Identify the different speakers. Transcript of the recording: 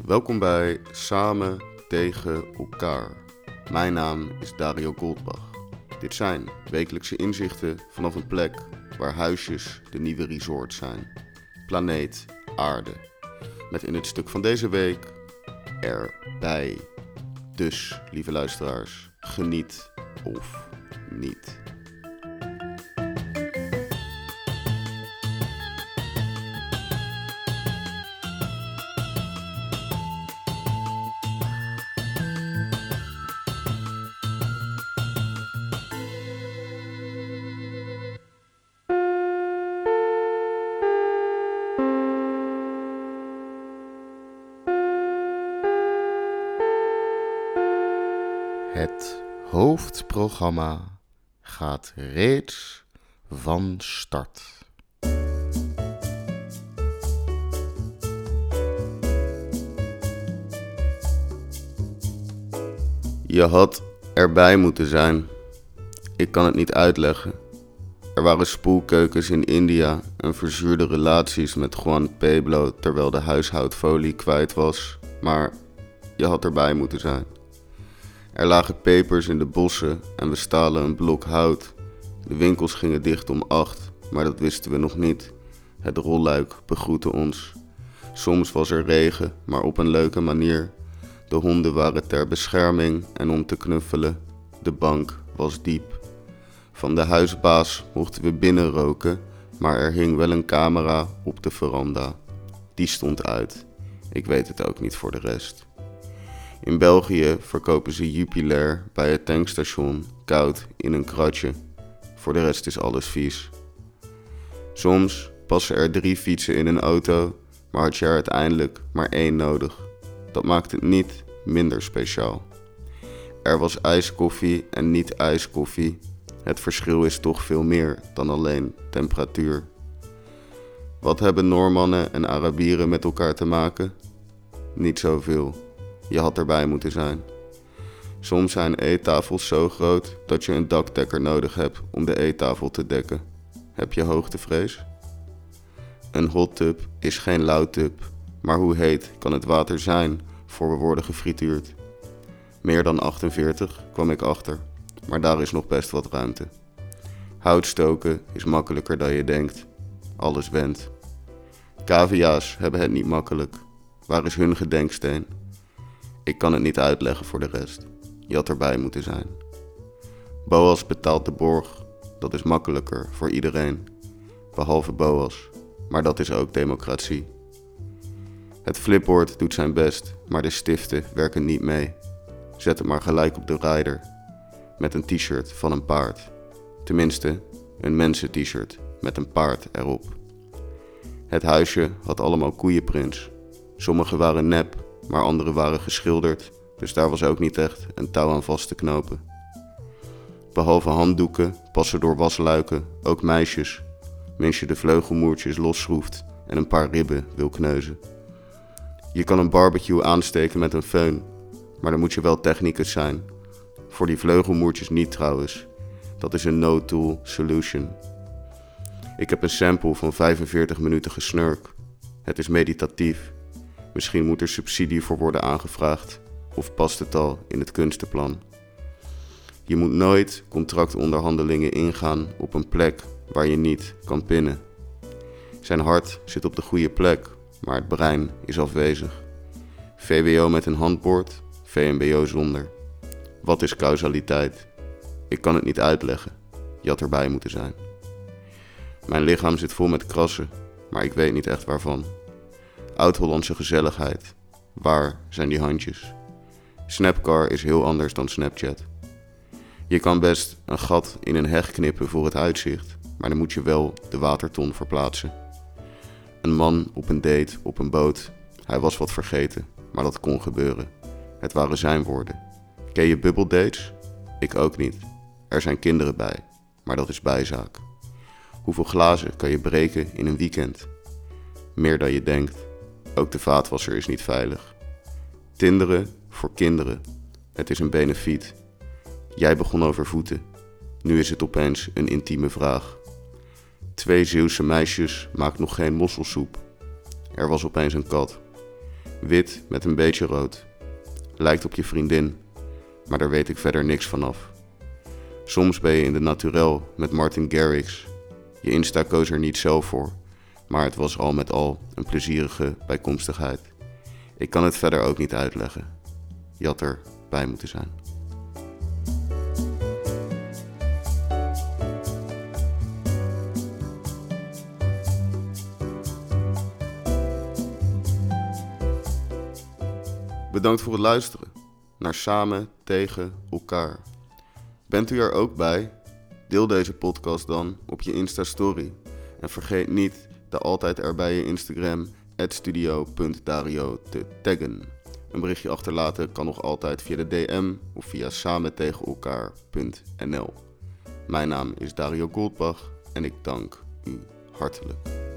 Speaker 1: Welkom bij Samen tegen elkaar. Mijn naam is Dario Goldbach. Dit zijn wekelijkse inzichten vanaf een plek waar huisjes de nieuwe resort zijn. Planeet Aarde. Met in het stuk van deze week erbij. Dus, lieve luisteraars, geniet of niet. Het hoofdprogramma gaat reeds van start. Je had erbij moeten zijn. Ik kan het niet uitleggen. Er waren spoelkeukens in India en verzuurde relaties met Juan Pueblo terwijl de huishoudfolie kwijt was, maar je had erbij moeten zijn. Er lagen pepers in de bossen en we stalen een blok hout. De winkels gingen dicht om 8, maar dat wisten we nog niet. Het rolluik begroette ons. Soms was er regen, maar op een leuke manier. De honden waren ter bescherming en om te knuffelen. De bank was diep. Van de huisbaas mochten we binnen roken, maar er hing wel een camera op de veranda. Die stond uit. Ik weet het ook niet voor de rest. In België verkopen ze Jupiler bij het tankstation, koud in een kratje. Voor de rest is alles vies. Soms passen er 3 fietsen in een auto, maar had je er uiteindelijk maar 1 nodig. Dat maakt het niet minder speciaal. Er was ijskoffie en niet ijskoffie. Het verschil is toch veel meer dan alleen temperatuur. Wat hebben Noormannen en Arabieren met elkaar te maken? Niet zoveel. Je had erbij moeten zijn. Soms zijn eettafels zo groot dat je een dakdekker nodig hebt om de eettafel te dekken. Heb je hoogtevrees? Een hot tub is geen lauwtub, maar hoe heet kan het water zijn voor we worden gefrituurd? Meer dan 48 kwam ik achter, maar daar is nog best wat ruimte. Hout stoken is makkelijker dan je denkt. Alles went. Cavia's hebben het niet makkelijk. Waar is hun gedenksteen? Ik kan het niet uitleggen voor de rest. Je had erbij moeten zijn. Boas betaalt de borg. Dat is makkelijker voor iedereen. Behalve Boas. Maar dat is ook democratie. Het flipboard doet zijn best, maar de stiften werken niet mee. Zet het maar gelijk op de rider. Met een t-shirt van een paard. Tenminste, een mensen-t-shirt met een paard erop. Het huisje had allemaal koeienprints. Sommige waren nep, maar andere waren geschilderd, dus daar was ook niet echt een touw aan vast te knopen. Behalve handdoeken passen door wasluiken ook meisjes, mens je de vleugelmoertjes losschroeft en een paar ribben wil kneuzen. Je kan een barbecue aansteken met een föhn, maar dan moet je wel technicus zijn. Voor die vleugelmoertjes niet trouwens, dat is een no-tool solution. Ik heb een sample van 45 minuten gesnurk. Het is meditatief. Misschien moet er subsidie voor worden aangevraagd, of past het al in het kunstenplan. Je moet nooit contractonderhandelingen ingaan op een plek waar je niet kan pinnen. Zijn hart zit op de goede plek, maar het brein is afwezig. VWO met een handboord, VMBO zonder. Wat is causaliteit? Ik kan het niet uitleggen. Je had erbij moeten zijn. Mijn lichaam zit vol met krassen, maar ik weet niet echt waarvan. Oud-Hollandse gezelligheid. Waar zijn die handjes? Snapcar is heel anders dan Snapchat. Je kan best een gat in een heg knippen voor het uitzicht, maar dan moet je wel de waterton verplaatsen. Een man op een date op een boot. Hij was wat vergeten, maar dat kon gebeuren. Het waren zijn woorden. Ken je bubbeldates? Ik ook niet. Er zijn kinderen bij, maar dat is bijzaak. Hoeveel glazen kan je breken in een weekend? Meer dan je denkt. Ook de vaatwasser is niet veilig. Tinderen voor kinderen. Het is een benefiet. Jij begon over voeten. Nu is het opeens een intieme vraag. 2 Zeeuwse meisjes maakt nog geen mosselsoep. Er was opeens een kat. Wit met een beetje rood. Lijkt op je vriendin, maar daar weet ik verder niks vanaf. Soms ben je in de naturel met Martin Garrix. Je Insta koos er niet zelf voor, maar het was al met al een plezierige bijkomstigheid. Ik kan het verder ook niet uitleggen. Je had erbij moeten zijn. Bedankt voor het luisteren naar Samen tegen elkaar. Bent u er ook bij? Deel deze podcast dan op je Insta-story. En vergeet niet de altijd erbij je Instagram @studio.dario te taggen. Een berichtje achterlaten kan nog altijd via de DM of via samentegenelkaar.nl. Mijn naam is Dario Goldbach en ik dank u hartelijk.